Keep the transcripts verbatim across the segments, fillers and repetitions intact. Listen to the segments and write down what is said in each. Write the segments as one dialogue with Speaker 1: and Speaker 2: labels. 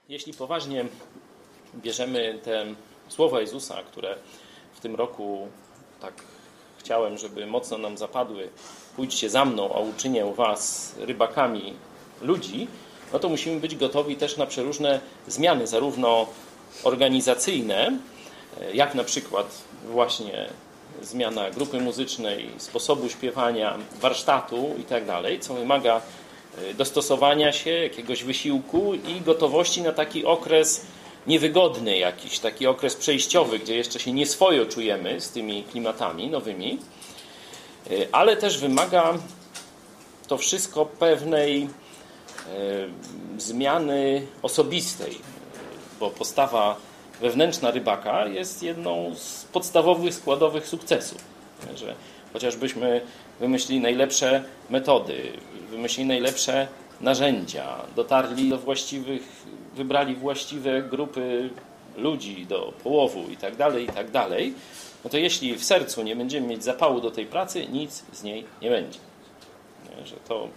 Speaker 1: Jeśli poważnie bierzemy te słowa Jezusa, które w tym roku tak chciałem, żeby mocno nam zapadły, pójdźcie za mną, a uczynię was rybakami ludzi, no to musimy być gotowi też na przeróżne zmiany, zarówno organizacyjne, jak na przykład właśnie zmiana grupy muzycznej, sposobu śpiewania, warsztatu i tak dalej, co wymaga dostosowania się, jakiegoś wysiłku i gotowości na taki okres niewygodny jakiś, taki okres przejściowy, gdzie jeszcze się nieswojo czujemy z tymi klimatami nowymi, ale też wymaga to wszystko pewnej zmiany osobistej, bo postawa wewnętrzna rybaka jest jedną z podstawowych składowych sukcesu, że chociażbyśmy wymyślili najlepsze metody, wymyślili najlepsze narzędzia, dotarli do właściwych, wybrali właściwe grupy ludzi do połowu i tak dalej, i tak dalej, no to jeśli w sercu nie będziemy mieć zapału do tej pracy, nic z niej nie będzie. Nie? Że to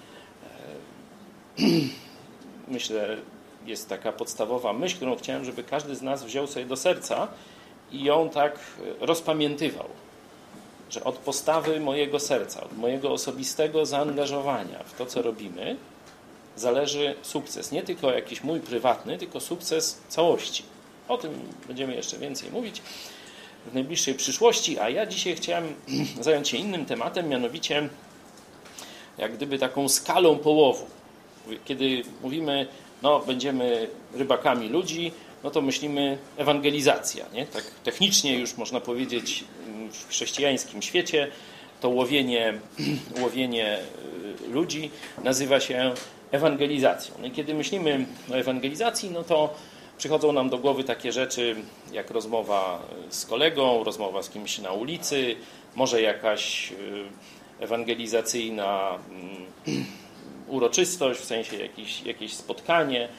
Speaker 1: e, myślę, jest taka podstawowa myśl, którą chciałem, żeby każdy z nas wziął sobie do serca i ją tak rozpamiętywał. Że od postawy mojego serca, od mojego osobistego zaangażowania w to, co robimy, zależy sukces. Nie tylko jakiś mój prywatny, tylko sukces całości. O tym będziemy jeszcze więcej mówić w najbliższej przyszłości, a ja dzisiaj chciałem zająć się innym tematem, mianowicie jak gdyby taką skalą połowu. Kiedy mówimy, no będziemy rybakami ludzi, no to myślimy ewangelizacja. Nie? Tak technicznie już można powiedzieć w chrześcijańskim świecie to łowienie, łowienie ludzi nazywa się ewangelizacją. No i kiedy myślimy o ewangelizacji, no to przychodzą nam do głowy takie rzeczy jak rozmowa z kolegą, rozmowa z kimś na ulicy, może jakaś ewangelizacyjna uroczystość, w sensie jakieś, jakieś spotkanie,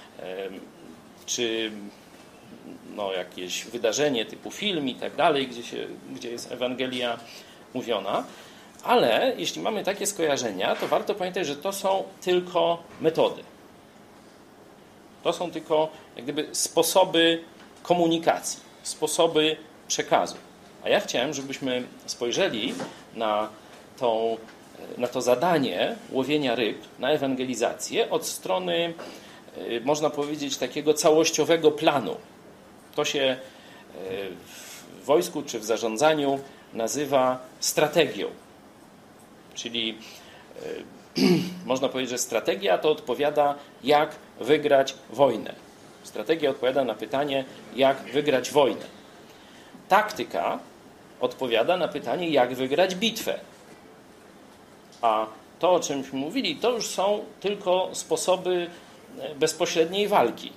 Speaker 1: czy no, jakieś wydarzenie typu film i tak dalej, gdzie, się, gdzie jest Ewangelia mówiona. Ale jeśli mamy takie skojarzenia, to warto pamiętać, że to są tylko metody. To są tylko jak gdyby sposoby komunikacji, sposoby przekazu. A ja chciałem, żebyśmy spojrzeli na, tą, na to zadanie łowienia ryb, na ewangelizację od strony, można powiedzieć, takiego całościowego planu. To się w wojsku czy w zarządzaniu nazywa strategią. Czyli można powiedzieć, że strategia to odpowiada, jak wygrać wojnę. Strategia odpowiada na pytanie, jak wygrać wojnę. Taktyka odpowiada na pytanie, jak wygrać bitwę. A to, o czymśmy mówili, to już są tylko sposoby bezpośredniej walki.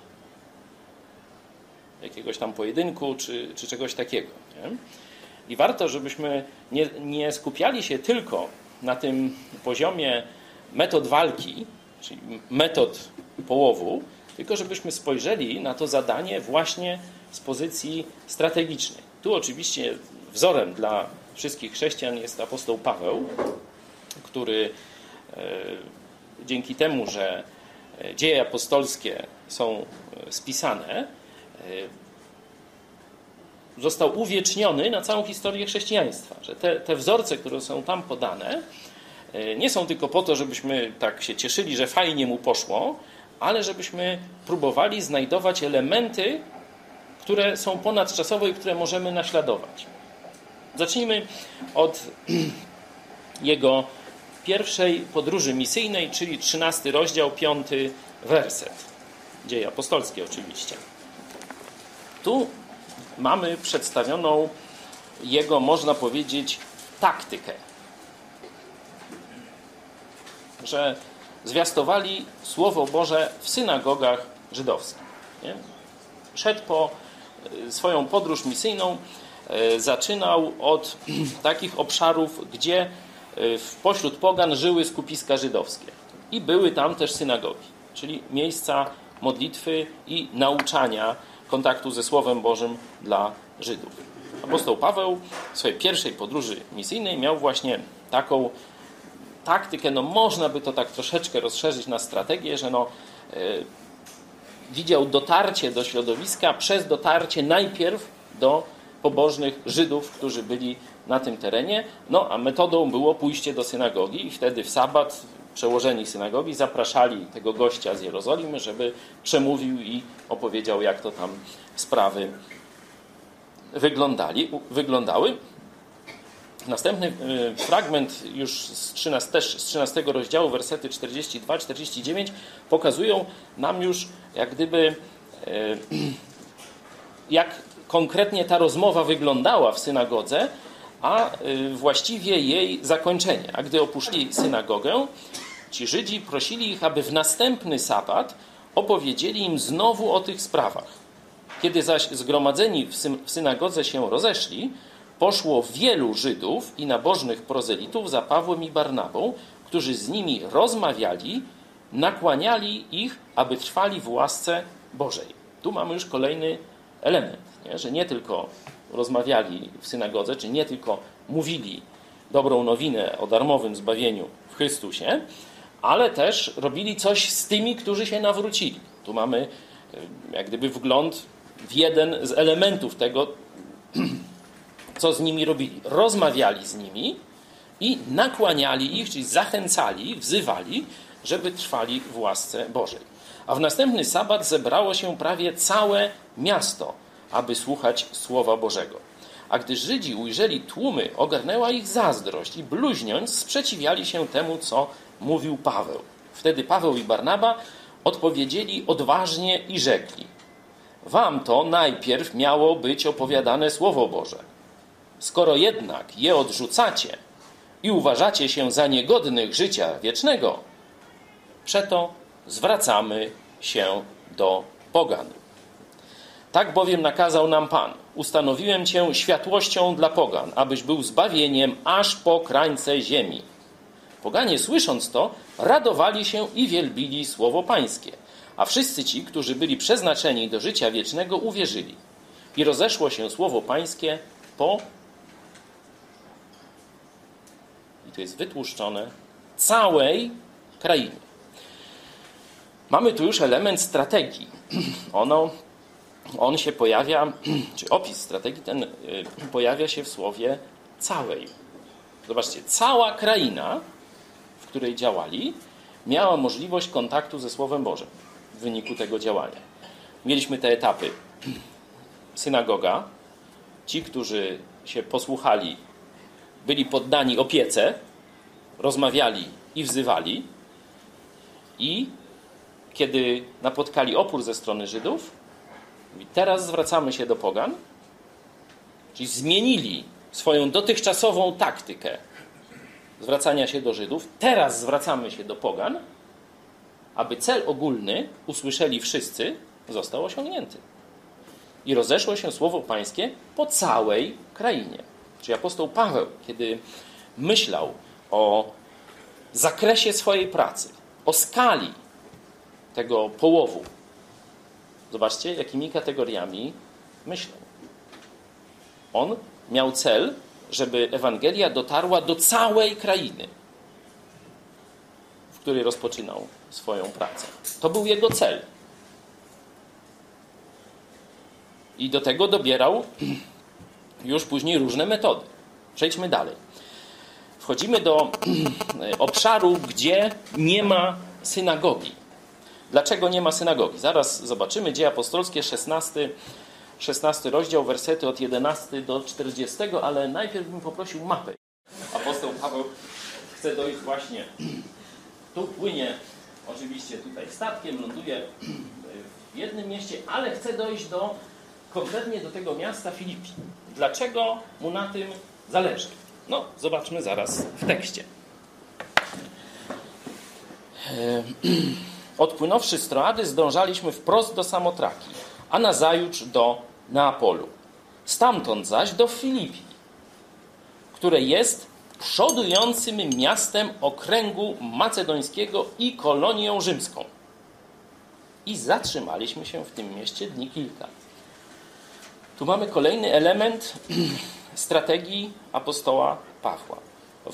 Speaker 1: Jakiegoś tam pojedynku, czy, czy czegoś takiego. Nie? I warto, żebyśmy nie, nie skupiali się tylko na tym poziomie metod walki, czyli metod połowu, tylko żebyśmy spojrzeli na to zadanie właśnie z pozycji strategicznej. Tu oczywiście wzorem dla wszystkich chrześcijan jest apostoł Paweł, który e, dzięki temu, że dzieje apostolskie są spisane, e, został uwieczniony na całą historię chrześcijaństwa. Że te, te wzorce, które są tam podane, nie są tylko po to, żebyśmy tak się cieszyli, że fajnie mu poszło, ale żebyśmy próbowali znajdować elementy, które są ponadczasowe i które możemy naśladować. Zacznijmy od jego pierwszej podróży misyjnej, czyli trzynasty rozdział, piąty werset. Dzieje apostolskie oczywiście. Tu mamy przedstawioną jego, można powiedzieć, taktykę. Że zwiastowali Słowo Boże w synagogach żydowskich. Nie? Szedł po swoją podróż misyjną, zaczynał od takich obszarów, gdzie pośród pogan żyły skupiska żydowskie. I były tam też synagogi, czyli miejsca modlitwy i nauczania kontaktu ze Słowem Bożym dla Żydów. Apostoł Paweł w swojej pierwszej podróży misyjnej miał właśnie taką taktykę, no można by to tak troszeczkę rozszerzyć na strategię, że no, widział dotarcie do środowiska przez dotarcie najpierw do pobożnych Żydów, którzy byli na tym terenie, no a metodą było pójście do synagogi i wtedy w sabat przełożeni synagogi zapraszali tego gościa z Jerozolimy, żeby przemówił i opowiedział, jak to tam sprawy wyglądali, wyglądały. Następny fragment już z trzynastego, też z trzynastego rozdziału, wersety czterdzieści dwa czterdzieści dziewięć pokazują nam już jak gdyby jak konkretnie ta rozmowa wyglądała w synagodze, a właściwie jej zakończenie. A gdy opuścili synagogę, ci Żydzi prosili ich, aby w następny sabat opowiedzieli im znowu o tych sprawach. Kiedy zaś zgromadzeni w synagodze się rozeszli, poszło wielu Żydów i nabożnych prozelitów za Pawłem i Barnabą, którzy z nimi rozmawiali, nakłaniali ich, aby trwali w łasce Bożej. Tu mamy już kolejny element, nie? Że nie tylko rozmawiali w synagodze, czy nie tylko mówili dobrą nowinę o darmowym zbawieniu w Chrystusie, ale też robili coś z tymi, którzy się nawrócili. Tu mamy jak gdyby wgląd w jeden z elementów tego, co z nimi robili. Rozmawiali z nimi i nakłaniali ich, czyli zachęcali, wzywali, żeby trwali w łasce Bożej. A w następny sabat zebrało się prawie całe miasto, aby słuchać Słowa Bożego. A gdy Żydzi ujrzeli tłumy, ogarnęła ich zazdrość i bluźniąc sprzeciwiali się temu, co mówił Paweł. Wtedy Paweł i Barnaba odpowiedzieli odważnie i rzekli: wam to najpierw miało być opowiadane Słowo Boże. Skoro jednak je odrzucacie i uważacie się za niegodnych życia wiecznego, przeto zwracamy się do pogan. Tak bowiem nakazał nam Pan: ustanowiłem cię światłością dla pogan, abyś był zbawieniem aż po krańce ziemi. Poganie, słysząc to, radowali się i wielbili słowo Pańskie, a wszyscy ci, którzy byli przeznaczeni do życia wiecznego, uwierzyli. I rozeszło się słowo Pańskie po, i to jest wytłuszczone, całej krainie. Mamy tu już element strategii. Ono, on się pojawia, czy opis strategii ten pojawia się w słowie całej. Zobaczcie, cała kraina, w której działali, miała możliwość kontaktu ze Słowem Bożym w wyniku tego działania. Mieliśmy te etapy. Synagoga, ci, którzy się posłuchali, byli poddani opiece, rozmawiali i wzywali, i kiedy napotkali opór ze strony Żydów, teraz zwracamy się do pogan, czyli zmienili swoją dotychczasową taktykę zwracania się do Żydów, teraz zwracamy się do pogan, aby cel ogólny, usłyszeli wszyscy, został osiągnięty. I rozeszło się Słowo Pańskie po całej krainie. Czyli apostoł Paweł, kiedy myślał o zakresie swojej pracy, o skali tego połowu, zobaczcie, jakimi kategoriami myślał. On miał cel, żeby Ewangelia dotarła do całej krainy, w której rozpoczynał swoją pracę. To był jego cel. I do tego dobierał już później różne metody. Przejdźmy dalej. Wchodzimy do obszaru, gdzie nie ma synagogi. Dlaczego nie ma synagogi? Zaraz zobaczymy. Dzieje apostolskie, szesnasty, szesnasty rozdział, wersety od jedenastego do czterdziestego, ale najpierw bym poprosił mapę. Apostoł Paweł chce dojść właśnie, tu płynie oczywiście tutaj statkiem, ląduje w jednym mieście, ale chce dojść do, konkretnie do tego miasta Filipi. Dlaczego mu na tym zależy? No, zobaczmy zaraz w tekście. Odpłynąwszy z Troady, zdążaliśmy wprost do Samotraki, a nazajutrz do Neapolu. Stamtąd zaś do Filipi, które jest przodującym miastem okręgu macedońskiego i kolonią rzymską. I zatrzymaliśmy się w tym mieście dni kilka. Tu mamy kolejny element strategii apostoła Pawła.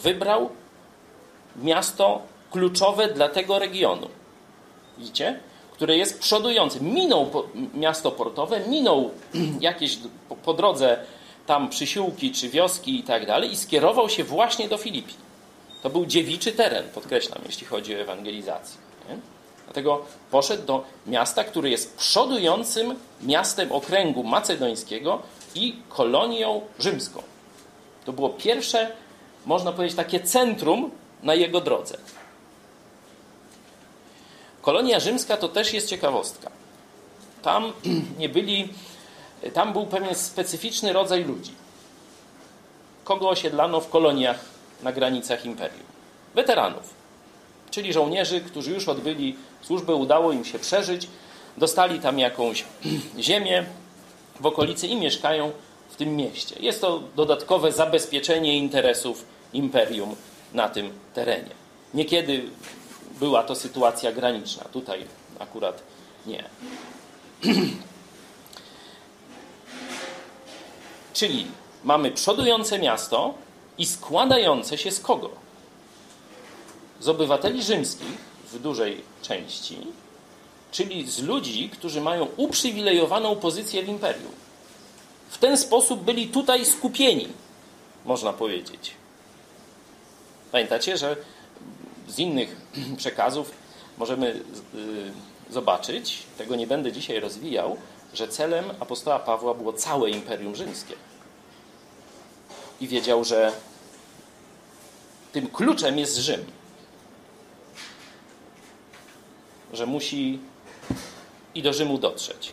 Speaker 1: Wybrał miasto kluczowe dla tego regionu. Widzicie? które jest przodujące. Minął miasto portowe, minął jakieś po, po drodze tam przysiłki czy wioski i tak dalej i skierował się właśnie do Filipii. To był dziewiczy teren, podkreślam, jeśli chodzi o ewangelizację. Nie? Dlatego poszedł do miasta, które jest przodującym miastem okręgu macedońskiego i kolonią rzymską. To było pierwsze, można powiedzieć, takie centrum na jego drodze. Kolonia rzymska to też jest ciekawostka. Tam nie byli, tam był pewien specyficzny rodzaj ludzi. Kogo osiedlano w koloniach na granicach imperium? Weteranów, czyli żołnierzy, którzy już odbyli służbę, udało im się przeżyć, dostali tam jakąś ziemię w okolicy i mieszkają w tym mieście. Jest to dodatkowe zabezpieczenie interesów imperium na tym terenie. Niekiedy była to sytuacja graniczna, tutaj akurat nie. Czyli mamy przodujące miasto i składające się z kogo? Z obywateli rzymskich w dużej części, czyli z ludzi, którzy mają uprzywilejowaną pozycję w imperium. W ten sposób byli tutaj skupieni, można powiedzieć. Pamiętacie, że z innych przekazów możemy zobaczyć, tego nie będę dzisiaj rozwijał, że celem apostoła Pawła było całe Imperium Rzymskie. I wiedział, że tym kluczem jest Rzym. Że musi i do Rzymu dotrzeć.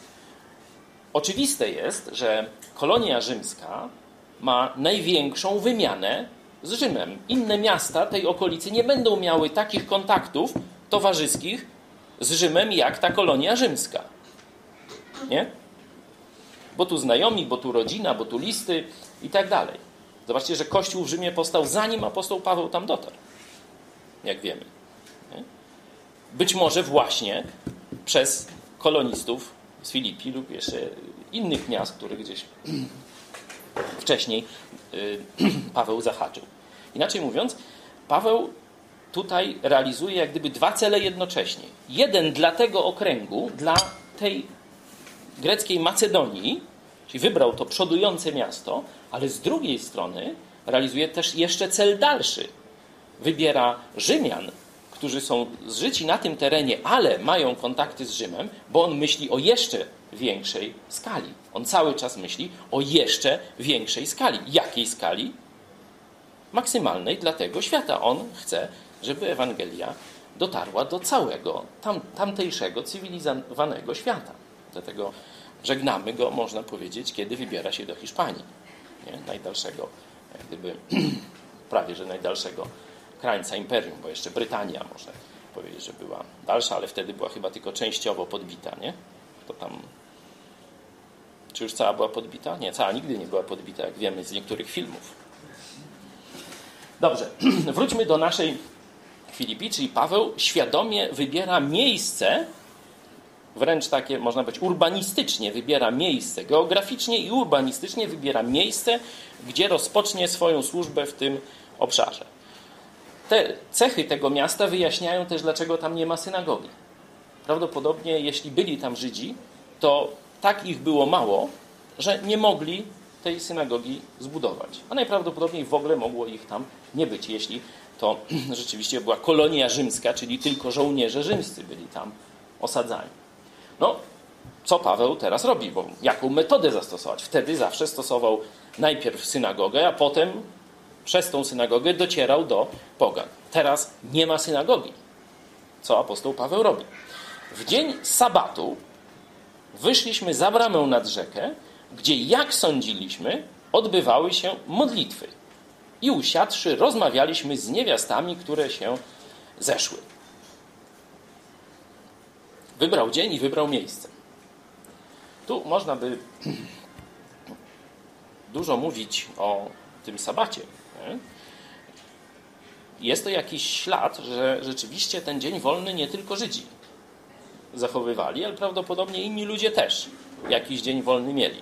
Speaker 1: Oczywiste jest, że kolonia rzymska ma największą wymianę z Rzymem. Inne miasta tej okolicy nie będą miały takich kontaktów towarzyskich z Rzymem jak ta kolonia rzymska. Nie? Bo tu znajomi, bo tu rodzina, bo tu listy i tak dalej. Zobaczcie, że Kościół w Rzymie powstał zanim apostoł Paweł tam dotarł. Jak wiemy. Nie? Być może właśnie przez kolonistów z Filipii lub jeszcze innych miast, które gdzieś wcześniej Paweł zahaczył. Inaczej mówiąc, Paweł tutaj realizuje jak gdyby dwa cele jednocześnie. Jeden dla tego okręgu, dla tej greckiej Macedonii, czyli wybrał to przodujące miasto, ale z drugiej strony realizuje też jeszcze cel dalszy. Wybiera Rzymian, którzy są zżyci na tym terenie, ale mają kontakty z Rzymem, bo on myśli o jeszcze większej skali. On cały czas myśli o jeszcze większej skali. Jakiej skali? Maksymalnej dla tego świata. On chce, żeby Ewangelia dotarła do całego tam, tamtejszego cywilizowanego świata. Dlatego żegnamy go, można powiedzieć, kiedy wybiera się do Hiszpanii. Nie? Najdalszego, jak gdyby prawie że najdalszego krańca imperium, bo jeszcze Brytania, można powiedzieć, że była dalsza, ale wtedy była chyba tylko częściowo podbita, nie? To tam... Czy już cała była podbita? Nie, cała nigdy nie była podbita, jak wiemy z niektórych filmów. Dobrze, wróćmy do naszej Filipi, czyli Paweł świadomie wybiera miejsce, wręcz takie, można powiedzieć, urbanistycznie wybiera miejsce, geograficznie i urbanistycznie wybiera miejsce, gdzie rozpocznie swoją służbę w tym obszarze. Te cechy tego miasta wyjaśniają też, dlaczego tam nie ma synagogi. Prawdopodobnie, jeśli byli tam Żydzi, to tak ich było mało, że nie mogli tej synagogi zbudować. A najprawdopodobniej w ogóle mogło ich tam nie być, jeśli to rzeczywiście była kolonia rzymska, czyli tylko żołnierze rzymscy byli tam osadzani. No, co Paweł teraz robi? Bo jaką metodę zastosować? Wtedy zawsze stosował najpierw synagogę, a potem przez tą synagogę docierał do pogan. Teraz nie ma synagogi. Co apostoł Paweł robi? W dzień sabatu wyszliśmy za bramę nad rzekę, gdzie, jak sądziliśmy, odbywały się modlitwy. I usiadłszy, rozmawialiśmy z niewiastami, które się zeszły. Wybrał dzień i wybrał miejsce. Tu można by dużo mówić o tym sabacie. Nie? Jest to jakiś ślad, że rzeczywiście ten dzień wolny nie tylko Żydzi zachowywali, ale prawdopodobnie inni ludzie też jakiś dzień wolny mieli.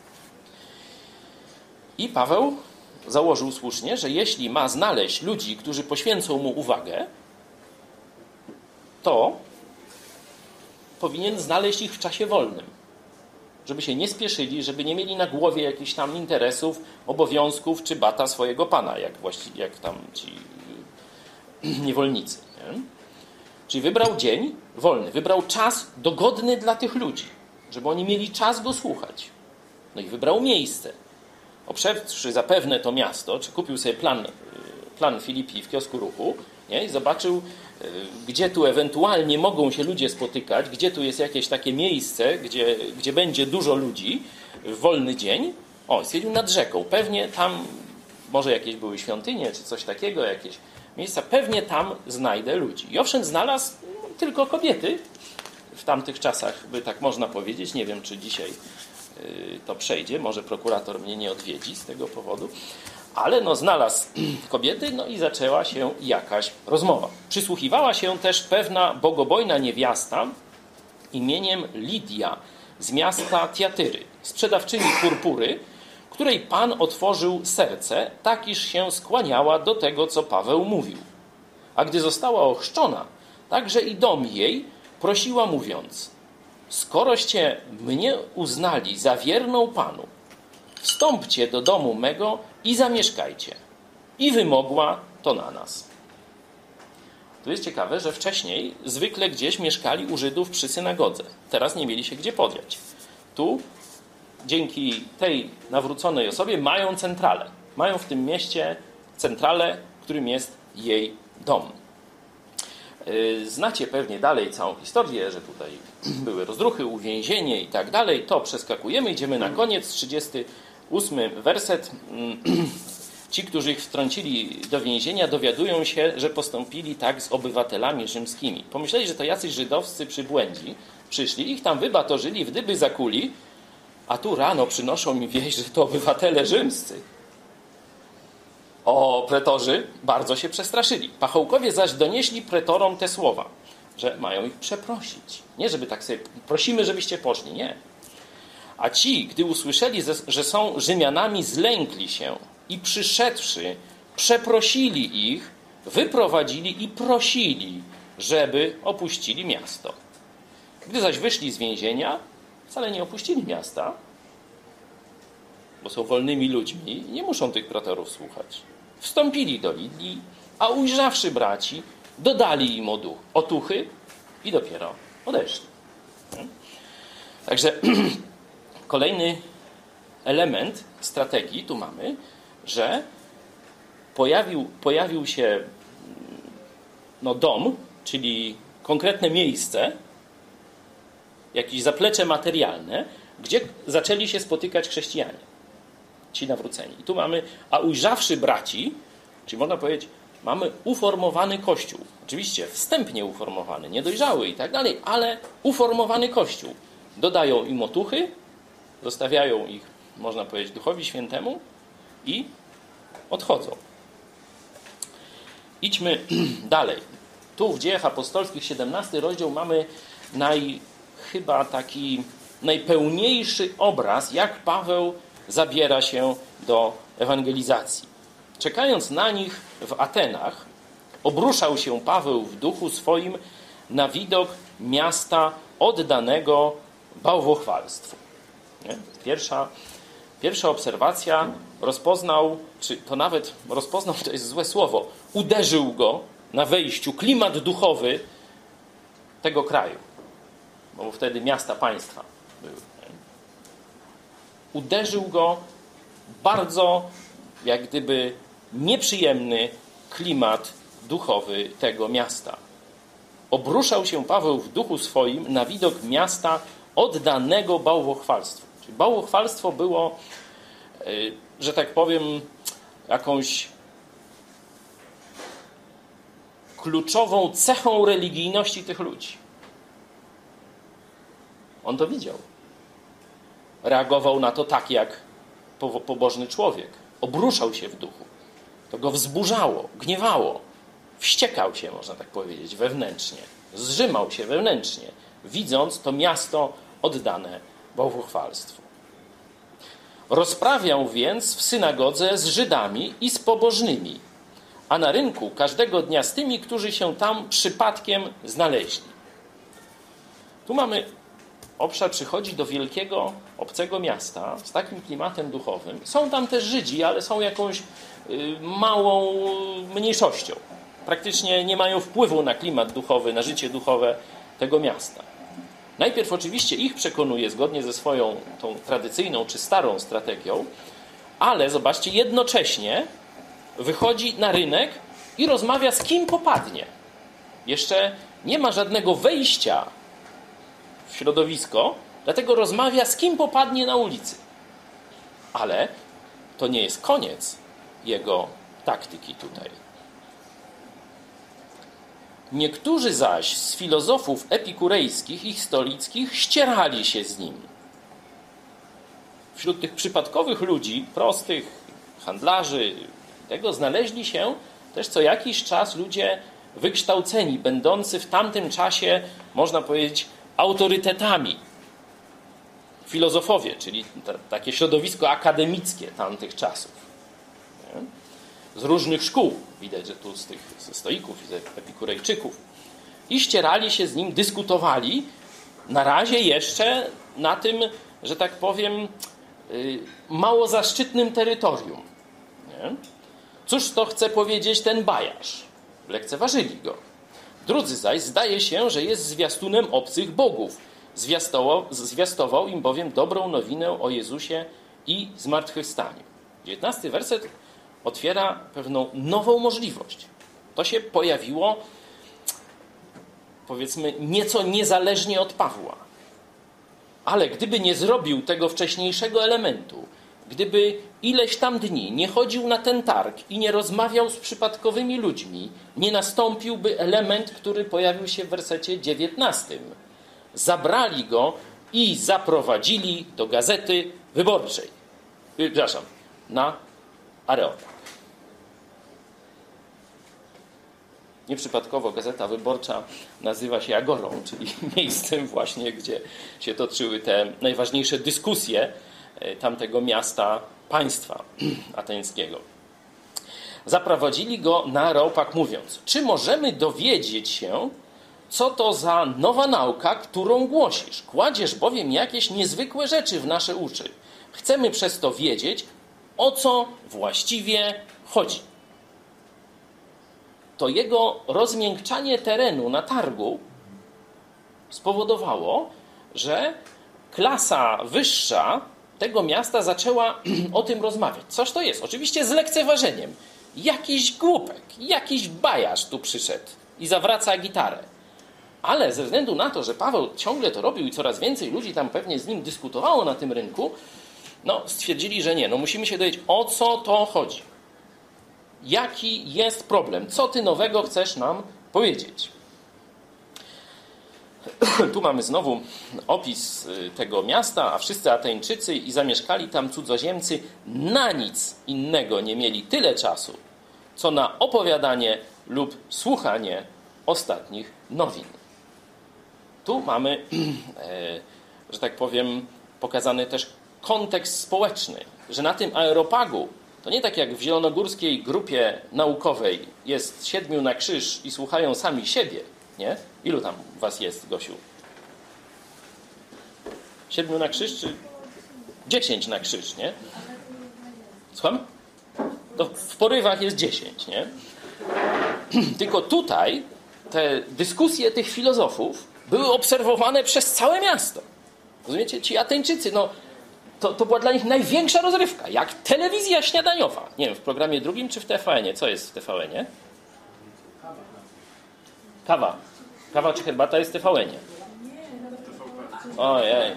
Speaker 1: I Paweł założył słusznie, że jeśli ma znaleźć ludzi, którzy poświęcą mu uwagę, to powinien znaleźć ich w czasie wolnym. Żeby się nie spieszyli, żeby nie mieli na głowie jakichś tam interesów, obowiązków czy bata swojego pana, jak, właściwie, jak tam ci niewolnicy. Nie? Czyli wybrał dzień wolny, wybrał czas dogodny dla tych ludzi, żeby oni mieli czas go słuchać. No i wybrał miejsce. Obszedłszy zapewne to miasto, czy kupił sobie plan, plan Filipi w kiosku Ruchu, nie? I zobaczył, gdzie tu ewentualnie mogą się ludzie spotykać, gdzie tu jest jakieś takie miejsce, gdzie, gdzie będzie dużo ludzi w wolny dzień. O, stwierdził nad rzeką. Pewnie tam, może jakieś były świątynie, czy coś takiego, jakieś miejsca, pewnie tam znajdę ludzi. I owszem, znalazł tylko kobiety. W tamtych czasach by tak można powiedzieć. Nie wiem, czy dzisiaj to przejdzie. Może prokurator mnie nie odwiedzi z tego powodu. Ale no, znalazł kobiety, no i zaczęła się jakaś rozmowa. Przysłuchiwała się też pewna bogobojna niewiasta imieniem Lidia z miasta Tiatyry, sprzedawczyni purpury, której Pan otworzył serce, tak iż się skłaniała do tego, co Paweł mówił. A gdy została ochrzczona, także i dom jej prosiła, mówiąc: skoroście mnie uznali za wierną Panu, wstąpcie do domu mego i zamieszkajcie. I wymogła to na nas. To jest ciekawe, że wcześniej zwykle gdzieś mieszkali u Żydów przy synagodze. Teraz nie mieli się gdzie podziać. Tu dzięki tej nawróconej osobie mają centralę. Mają w tym mieście centralę, którym jest jej dom. Znacie pewnie dalej całą historię, że tutaj były rozruchy, uwięzienie i tak dalej. To przeskakujemy, idziemy na koniec, trzydziesty ósmy werset. Ci, którzy ich wtrącili do więzienia, dowiadują się, że postąpili tak z obywatelami rzymskimi. Pomyśleli, że to jacyś żydowscy przybłędzi przyszli, ich tam wybatorzyli, w dyby zakuli, a tu rano przynoszą mi wieść, że to obywatele rzymscy. O, pretorzy bardzo się przestraszyli. Pachołkowie zaś donieśli pretorom te słowa, że mają ich przeprosić. Nie, żeby tak sobie prosimy, żebyście poszli, nie. A ci, gdy usłyszeli, że są Rzymianami, zlękli się i przyszedłszy, przeprosili ich, wyprowadzili i prosili, żeby opuścili miasto. Gdy zaś wyszli z więzienia, wcale nie opuścili miasta, bo są wolnymi ludźmi i nie muszą tych pretorów słuchać. Wstąpili do Lidii, a ujrzawszy braci, dodali im otuchy i dopiero odeszli. Także kolejny element strategii tu mamy, że pojawił, pojawił się no, dom, czyli konkretne miejsce, jakieś zaplecze materialne, gdzie zaczęli się spotykać chrześcijanie, ci nawróceni. I tu mamy, a ujrzawszy braci, czyli można powiedzieć, mamy uformowany Kościół. Oczywiście wstępnie uformowany, niedojrzały i tak dalej, ale uformowany Kościół. Dodają im otuchy, zostawiają ich, można powiedzieć, Duchowi Świętemu i odchodzą. Idźmy dalej. Tu w Dziejach Apostolskich, siedemnasty rozdział, mamy naj, chyba taki najpełniejszy obraz, jak Paweł zabiera się do ewangelizacji. Czekając na nich w Atenach, obruszał się Paweł w duchu swoim na widok miasta oddanego bałwochwalstwu. Nie? Pierwsza, pierwsza obserwacja, rozpoznał, czy to nawet rozpoznał, to jest złe słowo, uderzył go na wejściu klimat duchowy tego kraju. Bo wtedy miasta państwa były. Nie? Uderzył go bardzo, jak gdyby, nieprzyjemny klimat duchowy tego miasta. Obruszał się Paweł w duchu swoim na widok miasta oddanego bałwochwalstwu. Czyli bałwochwalstwo było, że tak powiem, jakąś kluczową cechą religijności tych ludzi. On to widział. Reagował na to tak, jak pobożny człowiek. Obruszał się w duchu. To go wzburzało, gniewało. Wściekał się, można tak powiedzieć, wewnętrznie. Zrzymał się wewnętrznie, widząc to miasto oddane bałwochwalstwu. Rozprawiał więc w synagodze z Żydami i z pobożnymi, a na rynku każdego dnia z tymi, którzy się tam przypadkiem znaleźli. Tu mamy obszar, przychodzi do wielkiego, obcego miasta z takim klimatem duchowym. Są tam też Żydzi, ale są jakąś y, małą mniejszością. Praktycznie nie mają wpływu na klimat duchowy, na życie duchowe tego miasta. Najpierw oczywiście ich przekonuje zgodnie ze swoją tą tradycyjną czy starą strategią, ale zobaczcie, jednocześnie wychodzi na rynek i rozmawia z kim popadnie. Jeszcze nie ma żadnego wejścia w środowisko, dlatego rozmawia z kim popadnie na ulicy. Ale to nie jest koniec jego taktyki tutaj. Niektórzy zaś z filozofów epikurejskich i stolickich ścierali się z nim. Wśród tych przypadkowych ludzi, prostych handlarzy, tego znaleźli się też co jakiś czas ludzie wykształceni, będący w tamtym czasie, można powiedzieć, autorytetami. Filozofowie, czyli t- takie środowisko akademickie tamtych czasów. Nie? Z różnych szkół. Widać, że tu z tych ze stoików i z epikurejczyków. I ścierali się z nim, dyskutowali na razie jeszcze na tym, że tak powiem, yy, mało zaszczytnym terytorium. Nie? Cóż to chce powiedzieć ten bajarz? Lekceważyli go. Drudzy zaś zdaje się, że jest zwiastunem obcych bogów. Zwiastował, zwiastował im bowiem dobrą nowinę o Jezusie i zmartwychwstaniu. dziewiętnasty werset otwiera pewną nową możliwość. To się pojawiło, powiedzmy, nieco niezależnie od Pawła. Ale gdyby nie zrobił tego wcześniejszego elementu, gdyby ileś tam dni nie chodził na ten targ i nie rozmawiał z przypadkowymi ludźmi, nie nastąpiłby element, który pojawił się w wersecie dziewiętnastym. Zabrali go i zaprowadzili do Gazety Wyborczej. Przepraszam, na Areopag. Nieprzypadkowo Gazeta Wyborcza nazywa się Agorą, czyli miejscem właśnie, gdzie się toczyły te najważniejsze dyskusje tamtego miasta, państwa ateńskiego. Zaprowadzili go na Areopag mówiąc: czy możemy dowiedzieć się, co to za nowa nauka, którą głosisz? Kładziesz bowiem jakieś niezwykłe rzeczy w nasze uszy. Chcemy przez to wiedzieć, o co właściwie chodzi. To jego rozmiękczanie terenu na targu spowodowało, że klasa wyższa tego miasta zaczęła o tym rozmawiać. Coż to jest? Oczywiście z lekceważeniem. Jakiś głupek, jakiś bajarz tu przyszedł i zawraca gitarę. Ale ze względu na to, że Paweł ciągle to robił i coraz więcej ludzi tam pewnie z nim dyskutowało na tym rynku, no stwierdzili, że nie. No musimy się dowiedzieć, o co to chodzi. Jaki jest problem? Co ty nowego chcesz nam powiedzieć? Tu mamy znowu opis tego miasta, a wszyscy Ateńczycy i zamieszkali tam cudzoziemcy na nic innego nie mieli tyle czasu, co na opowiadanie lub słuchanie ostatnich nowin. Tu mamy, że tak powiem, pokazany też kontekst społeczny, że na tym Areopagu to nie tak jak w zielonogórskiej grupie naukowej jest siedmiu na krzyż i słuchają sami siebie, nie? Ilu tam was jest, Gosiu? Siedmiu na krzyż, czy dziesięć na krzyż, nie? Słucham? To w porywach jest dziesięć, nie? Tylko tutaj te dyskusje tych filozofów były obserwowane przez całe miasto. Rozumiecie? Ci Ateńczycy, no to, to była dla nich największa rozrywka, jak telewizja śniadaniowa. Nie wiem, w programie drugim czy w T V N-ie? Co jest w T V N-ie? Kawa. Kawa czy herbata jest w T V N-ie? Ojej.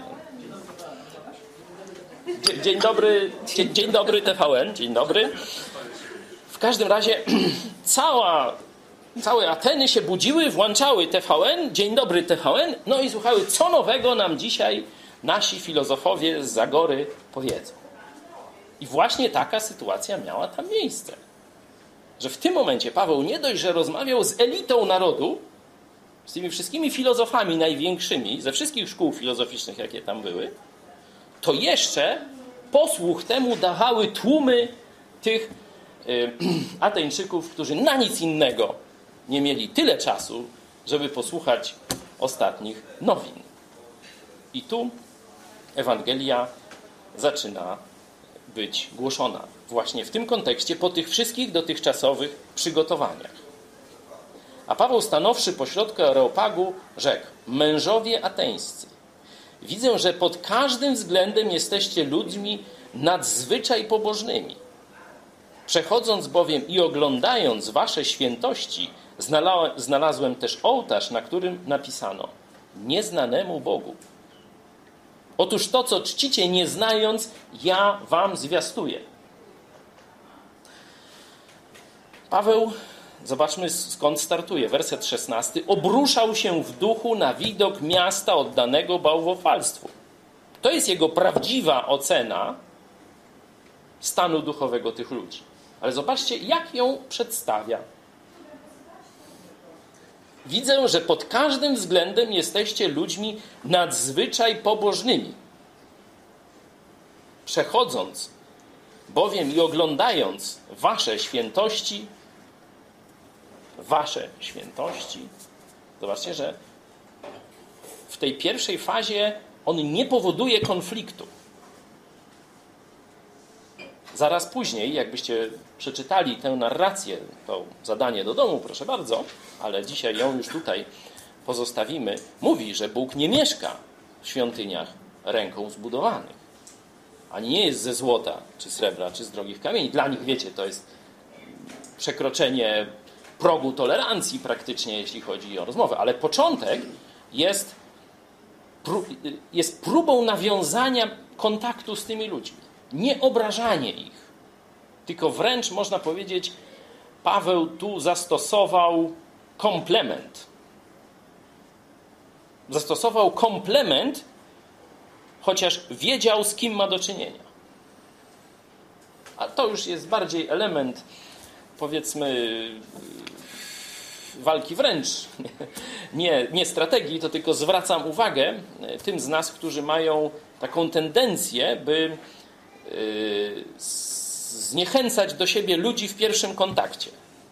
Speaker 1: Dzień dobry, dzień, dzień dobry T V N, dzień dobry. W każdym razie cała, całe Ateny się budziły, włączały T V N, dzień dobry T V N, no i słuchały, co nowego nam dzisiaj nasi filozofowie z Zagory powiedzą. I właśnie taka sytuacja miała tam miejsce. Że w tym momencie Paweł nie dość, że rozmawiał z elitą narodu, z tymi wszystkimi filozofami największymi, ze wszystkich szkół filozoficznych, jakie tam były, to jeszcze posłuch temu dawały tłumy tych y, Ateńczyków, którzy na nic innego nie mieli tyle czasu, żeby posłuchać ostatnich nowin. I tu Ewangelia zaczyna być głoszona. Właśnie w tym kontekście, po tych wszystkich dotychczasowych przygotowaniach. A Paweł, stanowszy pośrodku Areopagu, rzekł: mężowie ateńscy, widzę, że pod każdym względem jesteście ludźmi nadzwyczaj pobożnymi. Przechodząc bowiem i oglądając wasze świętości, znalazłem też ołtarz, na którym napisano: nieznanemu Bogu. Otóż to, co czcicie nie znając, ja wam zwiastuję. Paweł, zobaczmy skąd startuje, werset szesnasty. Obruszał się w duchu na widok miasta oddanego bałwochwalstwu. To jest jego prawdziwa ocena stanu duchowego tych ludzi. Ale zobaczcie, jak ją przedstawia. Widzę, że pod każdym względem jesteście ludźmi nadzwyczaj pobożnymi. Przechodząc bowiem i oglądając wasze świętości, wasze świętości, zobaczcie, że w tej pierwszej fazie on nie powoduje konfliktu. Zaraz później, jakbyście przeczytali tę narrację, to zadanie do domu, proszę bardzo, ale dzisiaj ją już tutaj pozostawimy, mówi, że Bóg nie mieszka w świątyniach ręką zbudowanych. Ani nie jest ze złota, czy srebra, czy z drogich kamieni. Dla nich, wiecie, to jest przekroczenie progu tolerancji praktycznie, jeśli chodzi o rozmowę. Ale początek jest, jest próbą nawiązania kontaktu z tymi ludźmi. Nie obrażanie ich, tylko wręcz można powiedzieć, Paweł tu zastosował komplement. Zastosował komplement, chociaż wiedział, z kim ma do czynienia. A to już jest bardziej element, powiedzmy, walki wręcz, nie, nie strategii, to tylko zwracam uwagę tym z nas, którzy mają taką tendencję, by zniechęcać do siebie ludzi w pierwszym kontakcie.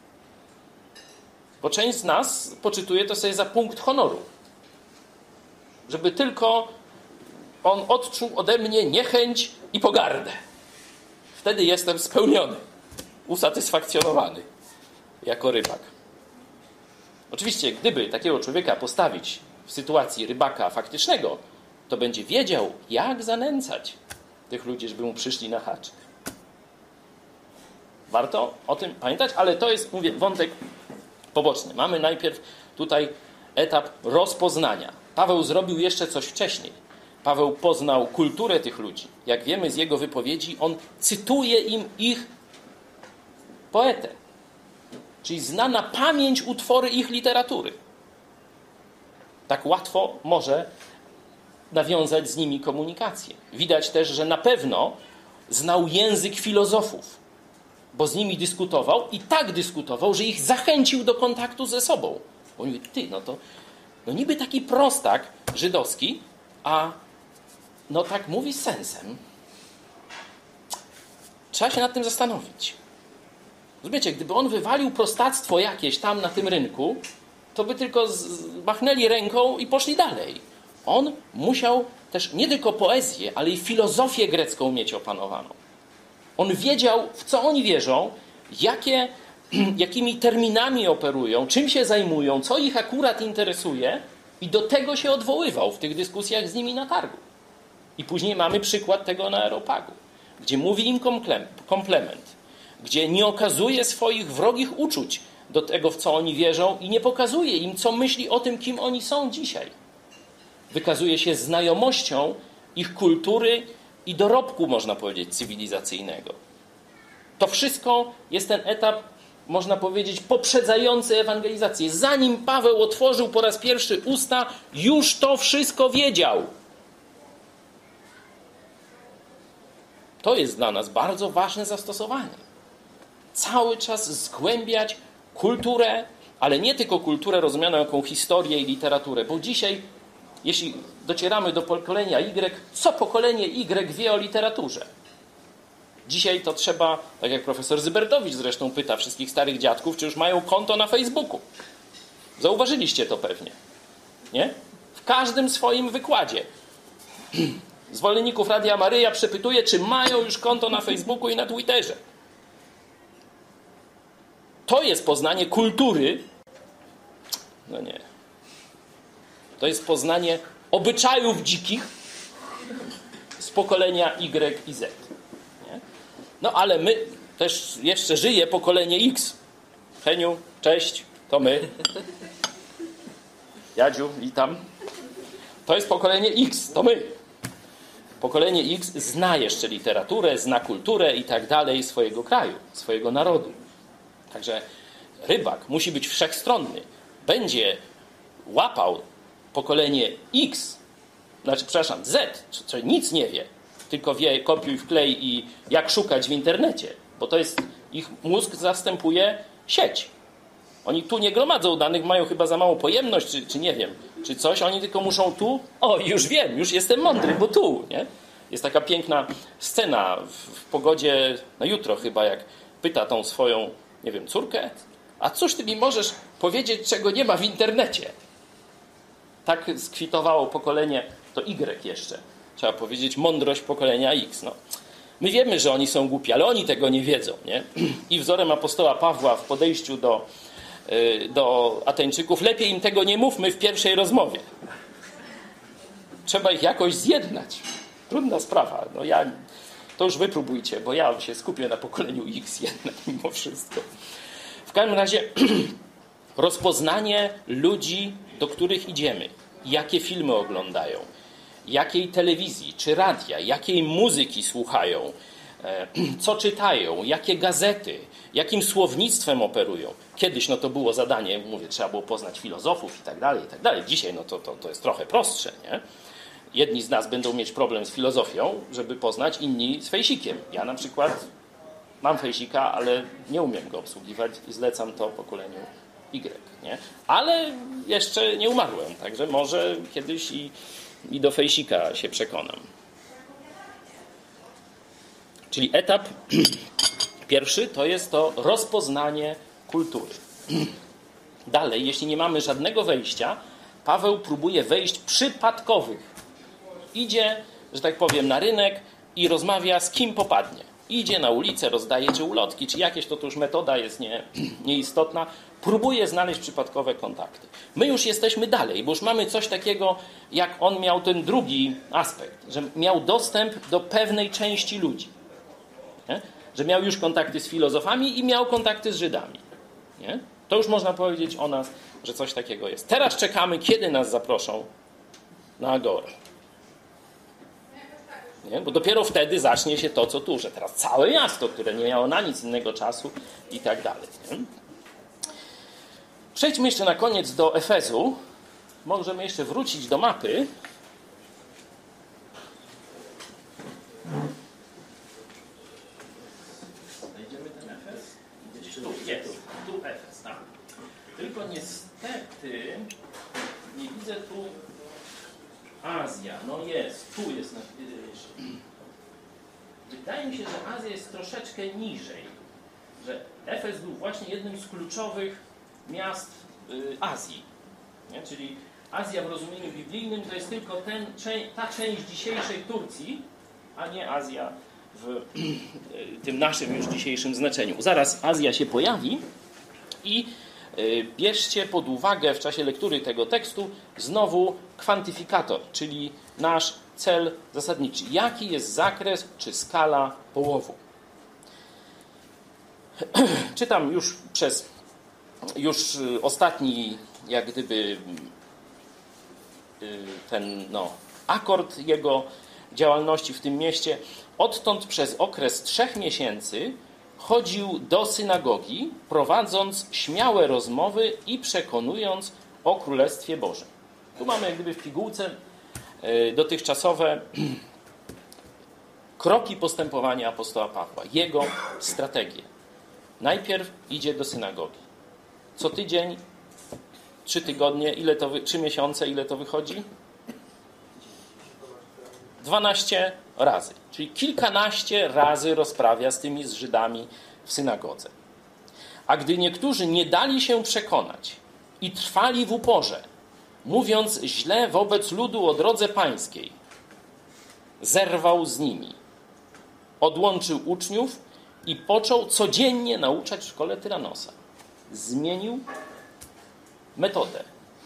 Speaker 1: Bo część z nas poczytuje to sobie za punkt honoru. Żeby tylko on odczuł ode mnie niechęć i pogardę. Wtedy jestem spełniony, usatysfakcjonowany jako rybak. Oczywiście, gdyby takiego człowieka postawić w sytuacji rybaka faktycznego, to będzie wiedział, jak zanęcać tych ludzi, żeby mu przyszli na haczyk. Warto o tym pamiętać, ale to jest, mówię, wątek poboczny. Mamy najpierw tutaj etap rozpoznania. Paweł zrobił jeszcze coś wcześniej. Paweł poznał kulturę tych ludzi. Jak wiemy z jego wypowiedzi, on cytuje im ich poetę. Czyli zna na pamięć utwory ich literatury. Tak łatwo może nawiązać z nimi komunikację. Widać też, że na pewno znał język filozofów, bo z nimi dyskutował i tak dyskutował, że ich zachęcił do kontaktu ze sobą. Bo mówi, ty, no to no niby taki prostak żydowski, a no tak mówi z sensem. Trzeba się nad tym zastanowić. Rozumiecie, gdyby on wywalił prostactwo jakieś tam na tym rynku, to by tylko machnęli ręką i poszli dalej. On musiał też nie tylko poezję, ale i filozofię grecką mieć opanowaną. On wiedział, w co oni wierzą, jakie, jakimi terminami operują, czym się zajmują, co ich akurat interesuje i do tego się odwoływał w tych dyskusjach z nimi na targu. I później mamy przykład tego na Areopagu, gdzie mówi im komplement, gdzie nie okazuje swoich wrogich uczuć do tego, w co oni wierzą i nie pokazuje im, co myśli o tym, kim oni są dzisiaj. Wykazuje się znajomością ich kultury i dorobku, można powiedzieć, cywilizacyjnego. To wszystko jest ten etap, można powiedzieć, poprzedzający ewangelizację. Zanim Paweł otworzył po raz pierwszy usta, już to wszystko wiedział. To jest dla nas bardzo ważne zastosowanie. Cały czas zgłębiać kulturę, ale nie tylko kulturę rozumianą jako historię i literaturę, bo dzisiaj, jeśli docieramy do pokolenia Y, co pokolenie Y wie o literaturze? Dzisiaj to trzeba, tak jak profesor Zybertowicz zresztą pyta wszystkich starych dziadków, czy już mają konto na Facebooku. Zauważyliście to pewnie, nie? W każdym swoim wykładzie Zwolenników Radia Maryja przepytuję, czy mają już konto na Facebooku i na Twitterze. To jest poznanie kultury. No nie. To jest poznanie obyczajów dzikich z pokolenia Y i Z. Nie? No ale my też jeszcze żyje pokolenie X. Heniu, cześć, to my. Jadziu, witam. To jest pokolenie X, to my. Pokolenie X zna jeszcze literaturę, zna kulturę i tak dalej swojego kraju, swojego narodu. Także rybak musi być wszechstronny. Będzie łapał pokolenie X, znaczy, przepraszam, Z, co nic nie wie, tylko wie kopiuj, wklej i jak szukać w internecie, bo to jest, ich mózg zastępuje sieć. Oni tu nie gromadzą danych, mają chyba za małą pojemność, czy, czy nie wiem, czy coś, oni tylko muszą tu, o już wiem, już jestem mądry, bo tu, nie? Jest taka piękna scena w, w Pogodzie na jutro chyba, jak pyta tą swoją, nie wiem, córkę, a cóż ty mi możesz powiedzieć, czego nie ma w internecie? Tak skwitowało pokolenie, to Y jeszcze, trzeba powiedzieć, mądrość pokolenia X. No. My wiemy, że oni są głupi, ale oni tego nie wiedzą, nie? I wzorem apostoła Pawła w podejściu do, yy, do Ateńczyków, lepiej im tego nie mówmy w pierwszej rozmowie. Trzeba ich jakoś zjednać. Trudna sprawa. No ja, to już wy próbujcie, bo ja się skupię na pokoleniu X jednak mimo wszystko. W każdym razie rozpoznanie ludzi, do których idziemy, jakie filmy oglądają, jakiej telewizji czy radia, jakiej muzyki słuchają, co czytają, jakie gazety, jakim słownictwem operują. Kiedyś no to było zadanie, mówię, trzeba było poznać filozofów i tak dalej, i tak dalej. Dzisiaj no to, to, to jest trochę prostsze, nie? Jedni z nas będą mieć problem z filozofią, żeby poznać, inni z fejsikiem. Ja na przykład mam fejsika, ale nie umiem go obsługiwać i zlecam to pokoleniu Y, nie? Ale jeszcze nie umarłem, także może kiedyś i, i do fejsika się przekonam. Czyli etap pierwszy to jest to rozpoznanie kultury. Dalej, jeśli nie mamy żadnego wejścia, Paweł próbuje wejść przypadkowych. Idzie, że tak powiem, na rynek i rozmawia z kim popadnie. Idzie na ulicę, rozdaje czy ulotki, czy jakieś, to, to już metoda jest nie, nieistotna. Próbuje znaleźć przypadkowe kontakty. My już jesteśmy dalej, bo już mamy coś takiego, jak on miał ten drugi aspekt, że miał dostęp do pewnej części ludzi. Nie? Że miał już kontakty z filozofami i miał kontakty z Żydami. Nie? To już można powiedzieć o nas, że coś takiego jest. Teraz czekamy, kiedy nas zaproszą na Agorę. Nie? Bo dopiero wtedy zacznie się to, co tu, że teraz całe miasto, które nie miało na nic innego czasu i tak dalej. Nie? Przejdźmy jeszcze na koniec do Efezu. Możemy jeszcze wrócić do mapy. Znajdziemy ten Efez? Gdzieś tu jest. Tu Efez, tak. Tylko niestety nie widzę tu Azja. No jest, tu jest. Na... Wydaje mi się, że Azja jest troszeczkę niżej. Że Efez był właśnie jednym z kluczowych miast y, Azji. Nie? Czyli Azja w rozumieniu biblijnym to jest tylko ten, ta część dzisiejszej Turcji, a nie Azja w y, tym naszym już dzisiejszym znaczeniu. Zaraz Azja się pojawi i y, bierzcie pod uwagę w czasie lektury tego tekstu znowu kwantyfikator, czyli nasz cel zasadniczy. Jaki jest zakres czy skala połowu? Czytam już przez już ostatni, jak gdyby ten no, akord jego działalności w tym mieście. Odtąd przez okres trzech miesięcy chodził do synagogi, prowadząc śmiałe rozmowy i przekonując o Królestwie Bożym. Tu mamy jak gdyby w pigułce dotychczasowe kroki postępowania apostoła Pawła, jego strategię. Najpierw idzie do synagogi. Co tydzień, trzy tygodnie, ile to wy, trzy miesiące, ile to wychodzi? Dwanaście razy. Czyli kilkanaście razy rozprawia z tymi z Żydami w synagodze. A gdy niektórzy nie dali się przekonać i trwali w uporze, mówiąc źle wobec ludu o drodze pańskiej, zerwał z nimi, odłączył uczniów i począł codziennie nauczać w szkole Tyranosa. Zmienił metodę.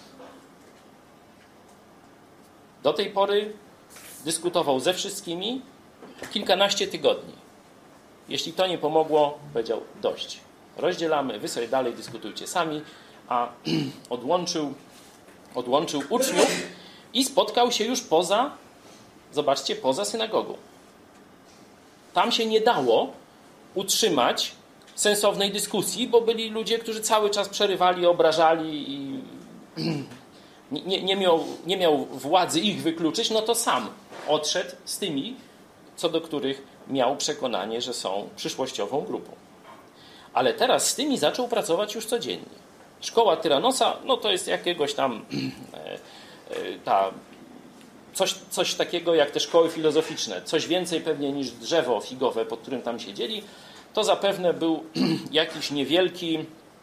Speaker 1: Do tej pory dyskutował ze wszystkimi kilkanaście tygodni. Jeśli to nie pomogło, powiedział dość. Rozdzielamy, wy sobie dalej dyskutujcie sami, a odłączył, odłączył uczniów i spotkał się już poza, zobaczcie, poza synagogą. Tam się nie dało utrzymać sensownej dyskusji, bo byli ludzie, którzy cały czas przerywali, obrażali i nie, nie, miał, nie miał władzy ich wykluczyć, no to sam odszedł z tymi, co do których miał przekonanie, że są przyszłościową grupą. Ale teraz z tymi zaczął pracować już codziennie. Szkoła Tyranosa, no to jest jakiegoś tam ta, coś, coś takiego jak te szkoły filozoficzne, coś więcej pewnie niż drzewo figowe, pod którym tam siedzieli. To zapewne był jakiś niewielki,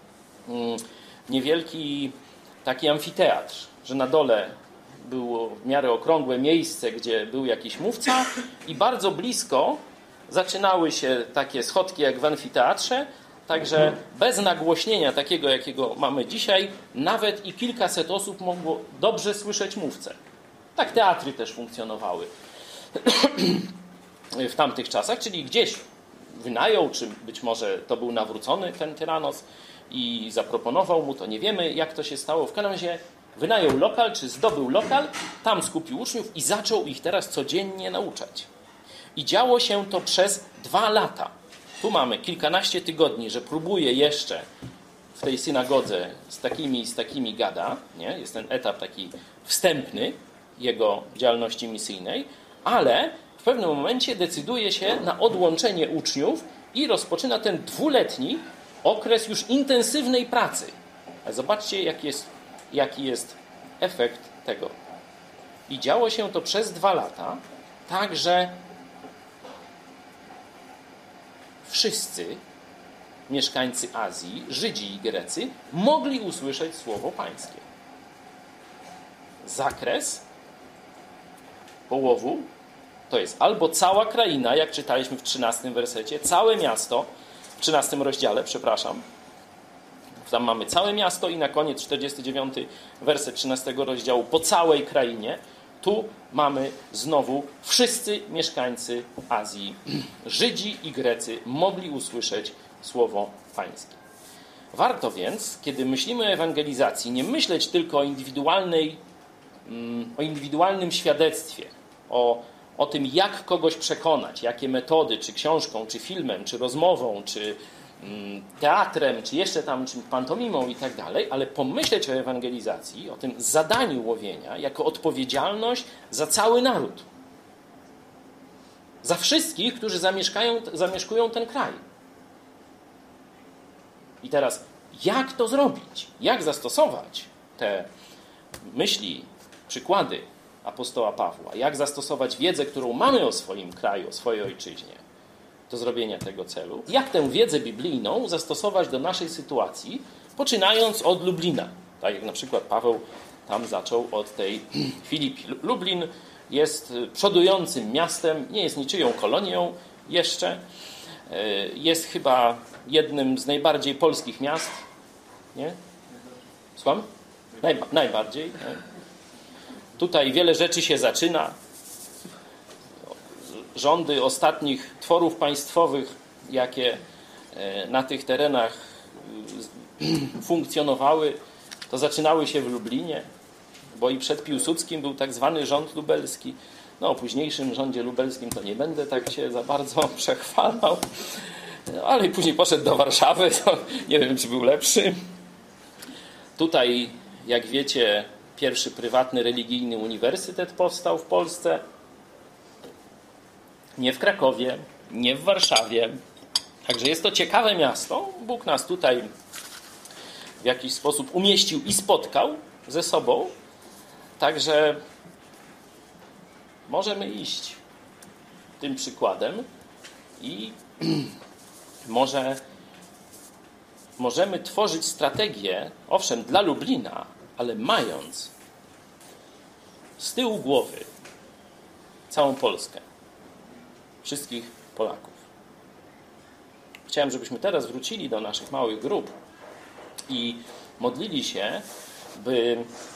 Speaker 1: niewielki taki amfiteatr, że na dole było w miarę okrągłe miejsce, gdzie był jakiś mówca i bardzo blisko zaczynały się takie schodki jak w amfiteatrze, także bez nagłośnienia takiego, jakiego mamy dzisiaj, nawet i kilkaset osób mogło dobrze słyszeć mówcę. Tak teatry też funkcjonowały w tamtych czasach, czyli gdzieś wynajął, czy być może to był nawrócony ten Tyranos i zaproponował mu, to nie wiemy, jak to się stało. W każdym razie wynajął lokal, czy zdobył lokal, tam skupił uczniów i zaczął ich teraz codziennie nauczać. I działo się to przez dwa lata. Tu mamy kilkanaście tygodni, że próbuje jeszcze w tej synagodze z takimi z takimi gada. Nie? Jest ten etap taki wstępny jego działalności misyjnej, ale w pewnym momencie decyduje się na odłączenie uczniów i rozpoczyna ten dwuletni okres już intensywnej pracy. A zobaczcie, jaki jest, jaki jest efekt tego. I działo się to przez dwa lata, tak że wszyscy mieszkańcy Azji, Żydzi i Grecy, mogli usłyszeć słowo pańskie. Zakres połowu to jest albo cała kraina, jak czytaliśmy w trzynastym wersecie, całe miasto, w trzynastym rozdziale, przepraszam. Tam mamy całe miasto i na koniec czterdziesty dziewiąty werset trzynastego rozdziału po całej krainie. Tu mamy znowu wszyscy mieszkańcy Azji, Żydzi i Grecy mogli usłyszeć słowo pańskie. Warto więc, kiedy myślimy o ewangelizacji, nie myśleć tylko o indywidualnej, o indywidualnym świadectwie, o, o tym, jak kogoś przekonać, jakie metody, czy książką, czy filmem, czy rozmową, czy teatrem, czy jeszcze tam czymś pantomimą i tak dalej, ale pomyśleć o ewangelizacji, o tym zadaniu łowienia jako odpowiedzialność za cały naród. Za wszystkich, którzy zamieszkają, zamieszkują ten kraj. I teraz, jak to zrobić? Jak zastosować te myśli, przykłady apostoła Pawła? Jak zastosować wiedzę, którą mamy o swoim kraju, o swojej ojczyźnie do zrobienia tego celu? Jak tę wiedzę biblijną zastosować do naszej sytuacji, poczynając od Lublina? Tak jak na przykład Paweł tam zaczął od tej Filipi. Lublin jest przodującym miastem, nie jest niczyją kolonią jeszcze. Jest chyba jednym z najbardziej polskich miast. Nie? Słucham? Najba- najbardziej. Nie? Tutaj wiele rzeczy się zaczyna. Rządy ostatnich tworów państwowych, jakie na tych terenach funkcjonowały, to zaczynały się w Lublinie, bo i przed Piłsudskim był tak zwany rząd lubelski. No, o późniejszym rządzie lubelskim to nie będę tak się za bardzo przechwalał, ale później poszedł do Warszawy, to nie wiem, czy był lepszy. Tutaj, jak wiecie, pierwszy prywatny religijny uniwersytet powstał w Polsce. Nie w Krakowie, nie w Warszawie. Także jest to ciekawe miasto. Bóg nas tutaj w jakiś sposób umieścił i spotkał ze sobą. Także możemy iść tym przykładem i może możemy tworzyć strategię, owszem, dla Lublina, ale mając z tyłu głowy całą Polskę. Wszystkich Polaków. Chciałem, żebyśmy teraz wrócili do naszych małych grup i modlili się, by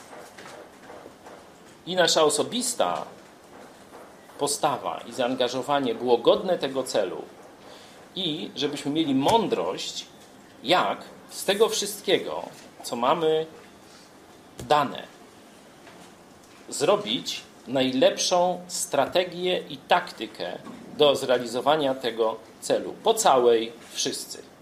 Speaker 1: i nasza osobista postawa i zaangażowanie było godne tego celu i żebyśmy mieli mądrość, jak z tego wszystkiego, co mamy dane, zrobić najlepszą strategię i taktykę do zrealizowania tego celu. Po całej wszyscy.